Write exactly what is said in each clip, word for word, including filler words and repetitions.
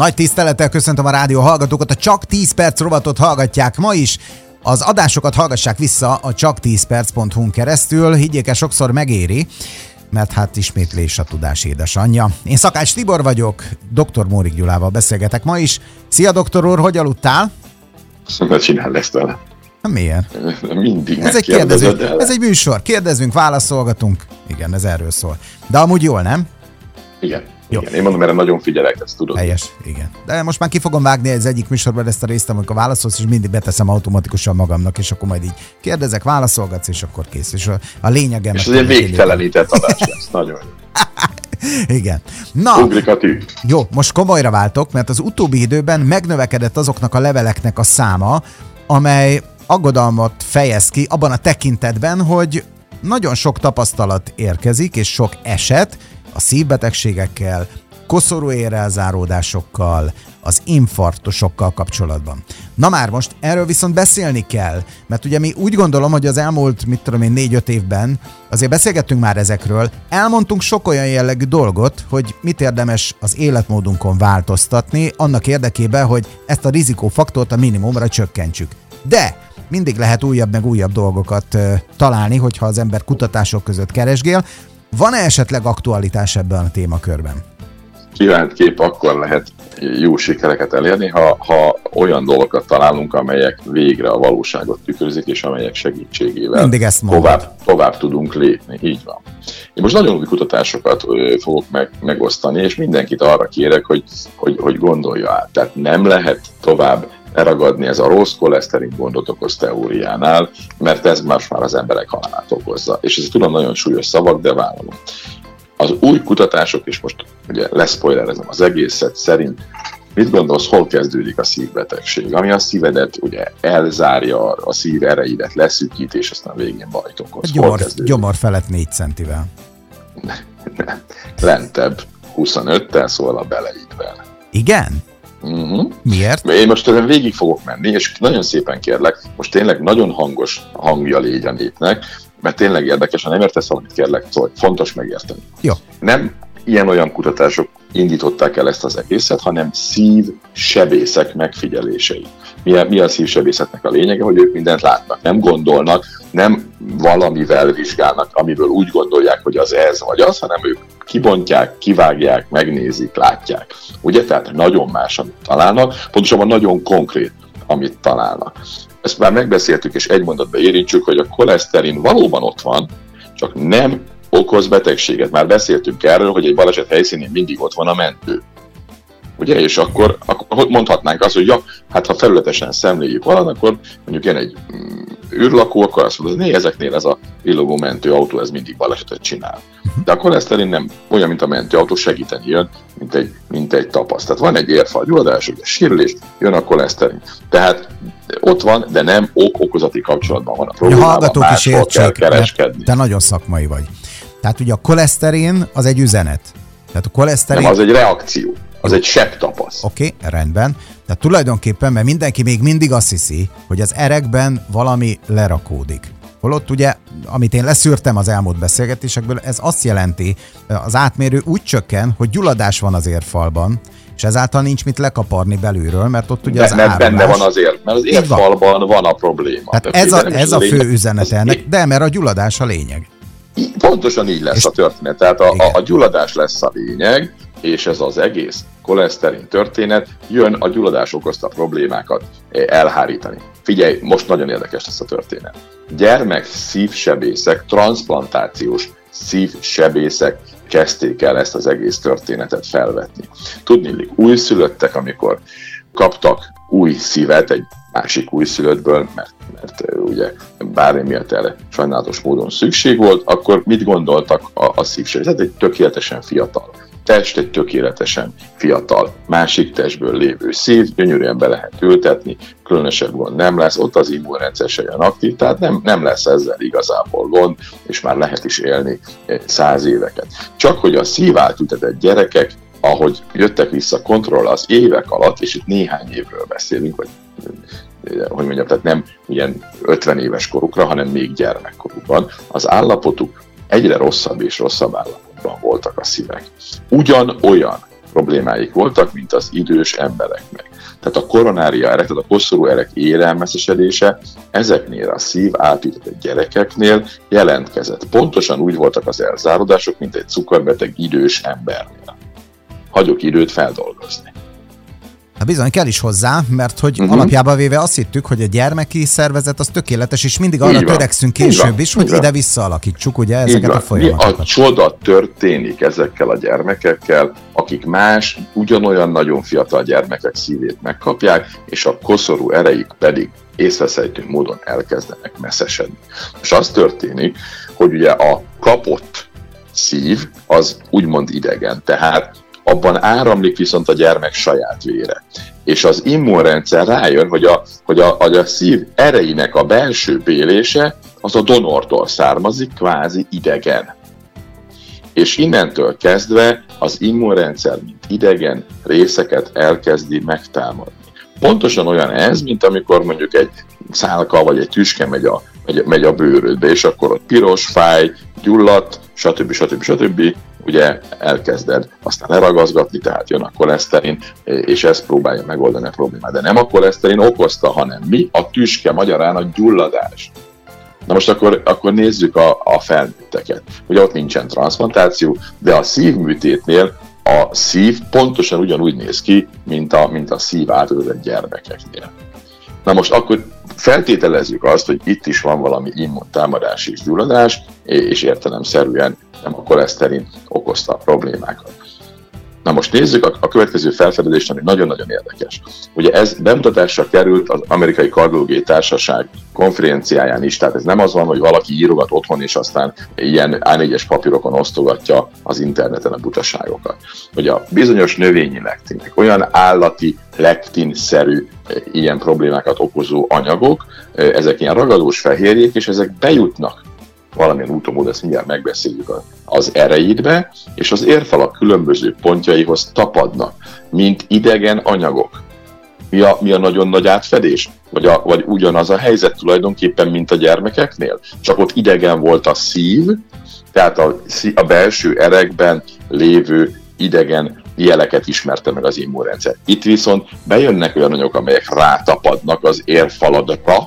Nagy tisztelettel köszöntöm a rádió hallgatókat, a Csak tíz perc rovatot hallgatják ma is. Az adásokat hallgassák vissza a csak tíz perc pont hu-n keresztül, higgyék el, sokszor megéri, mert hát ismétlés a tudás édesanyja. Én Szakács Tibor vagyok, doktor Mórik Gyulával beszélgetek ma is. Szia, doktor úr, hogy aludtál? Szóval csinál ezt vele. Miért? Mindig ez egy, kérdező, ez egy műsor, kérdezünk, válaszolgatunk. Igen, ez erről szól. De amúgy jól, nem? Igen. Igen, én mondom, erre nagyon figyelek, ezt tudod. Helyes, igen. De most már ki fogom vágni az egyik műsorban ezt a részt, amikor válaszolsz, és mindig beteszem automatikusan magamnak, és akkor majd így kérdezek, válaszolgatsz, és akkor kész. És a, a lényegem... És ez egy végtelenített adás lesz, nagyon jó. Igen. Na, ugrik a tű. Jó, most komolyra váltok, mert az utóbbi időben megnövekedett azoknak a leveleknek a száma, amely aggodalmat fejez ki abban a tekintetben, hogy nagyon sok tapasztalat érkezik, és sok eset, a szívbetegségekkel, koszorúérrelzáródásokkal, az infarktusokkal kapcsolatban. Na már most erről viszont beszélni kell, mert ugye mi úgy gondolom, hogy az elmúlt, mit tudom én, négy-öt évben azért beszélgettünk már ezekről, elmondtunk sok olyan jellegű dolgot, hogy mit érdemes az életmódunkon változtatni, annak érdekében, hogy ezt a rizikófaktort a minimumra csökkentsük. De mindig lehet újabb meg újabb dolgokat uh, találni, hogyha az ember kutatások között keresgél. Van-e esetleg aktualitás ebben a témakörben? Kívánt kép akkor lehet jó sikereket elérni, ha, ha olyan dolgokat találunk, amelyek végre a valóságot tükrözik, és amelyek segítségével tovább, tovább tudunk lépni. Így van. Én most nagyon új kutatásokat fogok meg, megosztani, és mindenkit arra kérek, hogy, hogy, hogy gondolja át. Tehát nem lehet tovább elragadni ez a rossz koleszterin gondot okoz teóriánál, mert ez most már az emberek halálát okozza. És ez tudom nagyon súlyos szavak, de vállalom. Az új kutatások, és most ugye leszpoilerezem az egészet, szerint mit gondolsz, hol kezdődik a szívbetegség? Ami a szívedet ugye elzárja, a szív ereidet leszűkít, és aztán végén bajt okoz. Gyomor, gyomor felett négy centivel. Lentebb huszonöttel, szóval a beleidvel. Igen? Uh-huh. Miért? Én most ezen végig fogok menni, és nagyon szépen kérlek, most tényleg nagyon hangos hangja légy a népnek, mert tényleg érdekes, ha nem értesz valamit, kérlek, szóval fontos megérteni. Jó. Nem ilyen-olyan kutatások indították el ezt az egészet, hanem szívsebészek megfigyelései. Mi a, mi a szívsebészetnek a lényege, hogy ők mindent látnak, nem gondolnak, nem valamivel vizsgálnak, amiből úgy gondolják, hogy az ez vagy az, hanem ők kibontják, kivágják, megnézik, látják. Ugye? Tehát nagyon más, amit találnak, pontosabban nagyon konkrét, amit találnak. Ezt már megbeszéltük, és egy mondatba érintsük, hogy a koleszterin valóban ott van, csak nem okoz betegséget. Már beszéltünk erről, hogy egy baleset helyszínén mindig ott van a mentő. Ugye? És akkor, akkor mondhatnánk azt, hogy ja, hát ha felületesen szemléljük valamit, akkor mondjuk jön egy űrlakó, akkor azt mondod, hogy ezeknél ez a villogó mentőautó, ez mindig balesetet csinál. De a koleszterin nem olyan, mint a mentőautó, segíteni jön, mint egy, mint egy tapasz. Tehát van egy érfal gyulladás, ugye sérülés, jön a koleszterin. Tehát ott van, de nem ok-okozati kapcsolatban van a problémában. A hallgatók is értsék, te nagyon szakmai vagy. Tehát ugye a koleszterin az egy üzenet. Tehát a koleszterin... Nem, az egy reakció. Az egy sebb tapasz. Oké, okay, rendben. Tehát tulajdonképpen, mert mindenki még mindig azt hiszi, hogy az erekben valami lerakódik. Holott ugye, amit én leszűrtem az elmúlt beszélgetésekből, ez azt jelenti, az átmérő úgy csökken, hogy gyulladás van az érfalban, és ezáltal nincs mit lekaparni belülről, mert ott ugye de, az mert árulás... benne van az ér, mert az érfalban van. van a probléma. Tehát ez a, ez a fő üzenet ennek, de mert a gyulladás a lényeg. Pontosan így lesz és... a történet. Tehát a, a, a gyulladás lesz a lényeg, és ez az egész koleszterin történet jön a gyulladás okozta problémákat elhárítani. Figyelj, most nagyon érdekes lesz a történet. Gyermek szívsebészek, transzplantációs szívsebészek kezdték el ezt az egész történetet felvetni. Tudniillik, újszülöttek, amikor kaptak új szívet egy másik újszülöttből, mert, mert ugye bármi miatt erre sajnálatos módon szükség volt, akkor mit gondoltak a, a szívsebészek? Egy tökéletesen fiatal test, egy tökéletesen fiatal, másik testből lévő szív, gyönyörűen be lehet ültetni, különösebb gond nem lesz, ott az immunrendszer se jön aktív, tehát nem, nem lesz ezzel igazából gond, és már lehet is élni száz éveket. Csak hogy a szív átültetett gyerekek, ahogy jöttek vissza kontroll az évek alatt, és itt néhány évről beszélünk, vagy hogy mondjam, tehát nem ilyen ötven éves korukra, hanem még gyermekkorukban, az állapotuk egyre rosszabb és rosszabb állapotban voltak a szívek. Ugyanolyan problémáik voltak, mint az idős embereknek. Tehát a koronária erek, tehát a koszorú erek érelmeszesedése ezeknél a szív átültetett gyerekeknél jelentkezett. Pontosan úgy voltak az elzárodások, mint egy cukorbeteg idős embernél. Hagyok időt feldolgozni. Hát bizony kell is hozzá, mert hogy uh-huh. alapjában véve azt hittük, hogy a gyermeki szervezet az tökéletes, és mindig arra törekszünk később is, hogy ide visszaalakítsuk ugye ezeket a folyamatokat. Mi a csoda történik ezekkel a gyermekekkel, akik más, ugyanolyan nagyon fiatal gyermekek szívét megkapják, és a koszorú ereik pedig észreszejtő módon elkezdenek messzesedni. És az történik, hogy ugye a kapott szív az úgymond idegen, tehát abban áramlik viszont a gyermek saját vére. És az immunrendszer rájön, hogy a, hogy a, hogy a szív erejének a belső bélése az a donortól származik, kvázi idegen. És innentől kezdve az immunrendszer, mint idegen részeket elkezdi megtámadni. Pontosan olyan ez, mint amikor mondjuk egy szálka vagy egy tüske megy a, megy, megy a bőrödbe, és akkor ott piros, fáj, gyulladt, stb. stb. stb. Ugye elkezded aztán leragazgatni, tehát jön a koleszterin, és ez próbálja megoldani a problémát. De nem a koleszterin okozta, hanem mi? A tüske, magyarán a gyulladás. Na most akkor, akkor nézzük a, a felnőtteket. Ugye ott nincsen transzplantáció, de a szívműtétnél a szív pontosan ugyanúgy néz ki, mint a, mint a szív átültetett gyermekeknél. Na most akkor feltételezzük azt, hogy itt is van valami immuntámadás és gyulladás, és értelemszerűen nem a koleszterin okozta a problémákat. Na most nézzük a, a következő felfedezést, ami nagyon-nagyon érdekes. Ugye ez bemutatásra került az Amerikai Kardiológiai Társaság konferenciáján is, tehát ez nem az van, hogy valaki írogat otthon, és aztán ilyen á négyes papírokon osztogatja az interneten a butaságokat. Hogy a bizonyos növényi lektinek, olyan állati lektin-szerű ilyen problémákat okozó anyagok, ezek ilyen ragadós fehérjék, és ezek bejutnak valamilyen úton módon, ezt mindjárt megbeszéljük az ereidbe, és az érfalak különböző pontjaihoz tapadnak, mint idegen anyagok. Mi a, mi a nagyon nagy átfedés? Vagy, a, vagy ugyanaz a helyzet tulajdonképpen, mint a gyermekeknél? Csak ott idegen volt a szív, tehát a, a belső erekben lévő idegen jeleket ismerte meg az immunrendszer. Itt viszont bejönnek olyan anyagok, amelyek rátapadnak az érfaladra,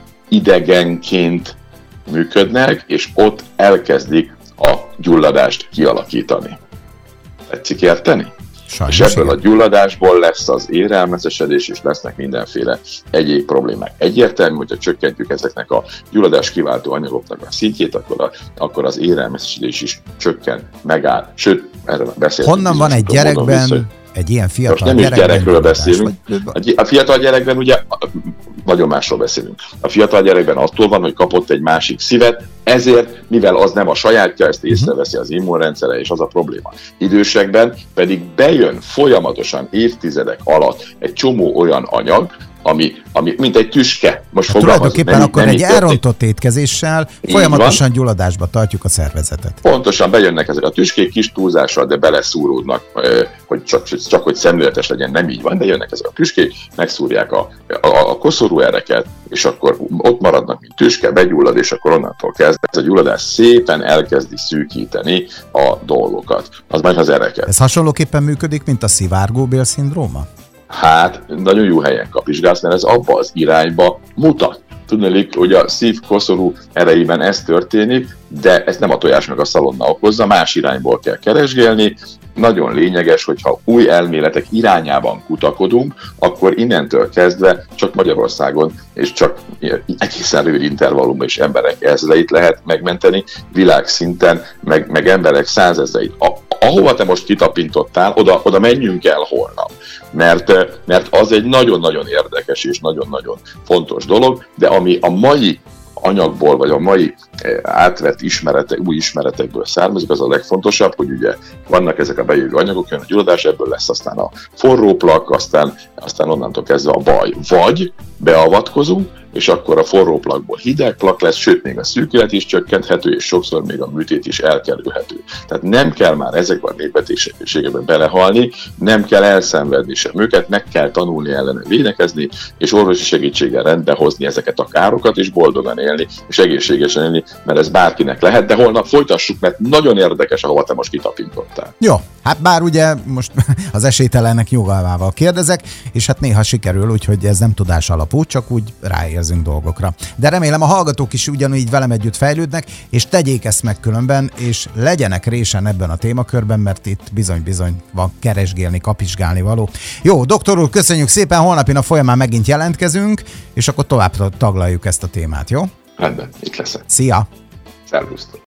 idegenként működnek, és ott elkezdik a gyulladást kialakítani. Tetszik érteni? Sajnos, és ebből igen. A gyulladásból lesz az érelmeszesedés, és lesznek mindenféle egyéb problémák. Egyértelmű, hogyha csökkentjük ezeknek a gyulladás kiváltó anyagoknak a szintjét, akkor, a, akkor az érelmeszesedés is csökken, megáll. Sőt, erről beszéltünk. Honnan van egy gyerekben, vissza, egy ilyen fiatal most nem is gyerekről beszélünk. Vagy... A fiatal gyerekben ugye nagyon másról beszélünk. A fiatal gyerekben attól van, hogy kapott egy másik szívet, ezért, mivel az nem a sajátja, ezt észreveszi az immunrendszere, és az a probléma. Idősekben pedig bejön folyamatosan évtizedek alatt egy csomó olyan anyag, ami, ami mint egy tüske. Most hát tulajdonképpen nem, akkor nem egy elrontott étkezéssel folyamatosan gyulladásba tartjuk a szervezetet. Pontosan bejönnek ezek a tüskék kis túlzással, de beleszúródnak, hogy csak, csak hogy szemléletes legyen, nem így van, de jönnek ezek a tüskék, megszúrják a, a, a koszorú ereket, és akkor ott maradnak, mint tüske, begyullad, és akkor onnantól kezdve ez a gyulladás szépen elkezdi szűkíteni a dolgokat. Az majd az ereket. Ez hasonlóképpen működik, mint a szivárgóbél-szindróma? Hát, nagyon jó helyen kapizsgálsz, mert ez abba az irányba mutat. Tudnélik, hogy a szív-koszorú erejében ez történik, de ezt nem a tojás meg a szalonna okozza, más irányból kell keresgélni. Nagyon lényeges, hogyha új elméletek irányában kutakodunk, akkor innentől kezdve csak Magyarországon és csak egészen rövid intervallumban is emberek ezreit lehet megmenteni, világszinten, meg, meg emberek százezreit. Ahova te most kitapintottál, oda, oda menjünk el holnap. Mert, mert az egy nagyon-nagyon érdekes és nagyon-nagyon fontos dolog, de ami a mai anyagból, vagy a mai átvett ismeretek, új ismeretekből származik, az a legfontosabb, hogy ugye vannak ezek a bejövő anyagok, jön a gyulladás, ebből lesz aztán a forró plak, aztán, aztán onnantól kezdve a baj. Vagy beavatkozunk, és akkor a forró plakból hideg plak lesz, sőt, még a szűkület is csökkenthető, és sokszor még a műtét is elkerülhető. Tehát nem kell már ezekben a népbetegségekben belehalni, nem kell elszenvedni sem őket, meg kell tanulni ellene védekezni, és orvosi segítséggel rendbe hozni ezeket a károkat, és boldogan élni. élni, és egészségesen élni, mert ez bárkinek lehet, de holnap folytassuk, mert nagyon érdekes, ahova te most kitapintottál. Jó, hát bár ugye most az esélytelennek jogalmával kérdezek, és hát néha sikerül, úgyhogy ez nem tudás alapú, csak úgy ráérzünk dolgokra. De remélem a hallgatók is ugyanúgy velem együtt fejlődnek, és tegyék ezt meg különben, és legyenek résen ebben a témakörben, mert itt bizony-bizony van keresgélni, kapizsgálni való. Jó, doktor úr, köszönjük szépen, holnapi nap folyamán megint jelentkezünk, és akkor tovább taglaljuk ezt a témát, jó? Rendben, itt leszek. Szia! Szervusztok!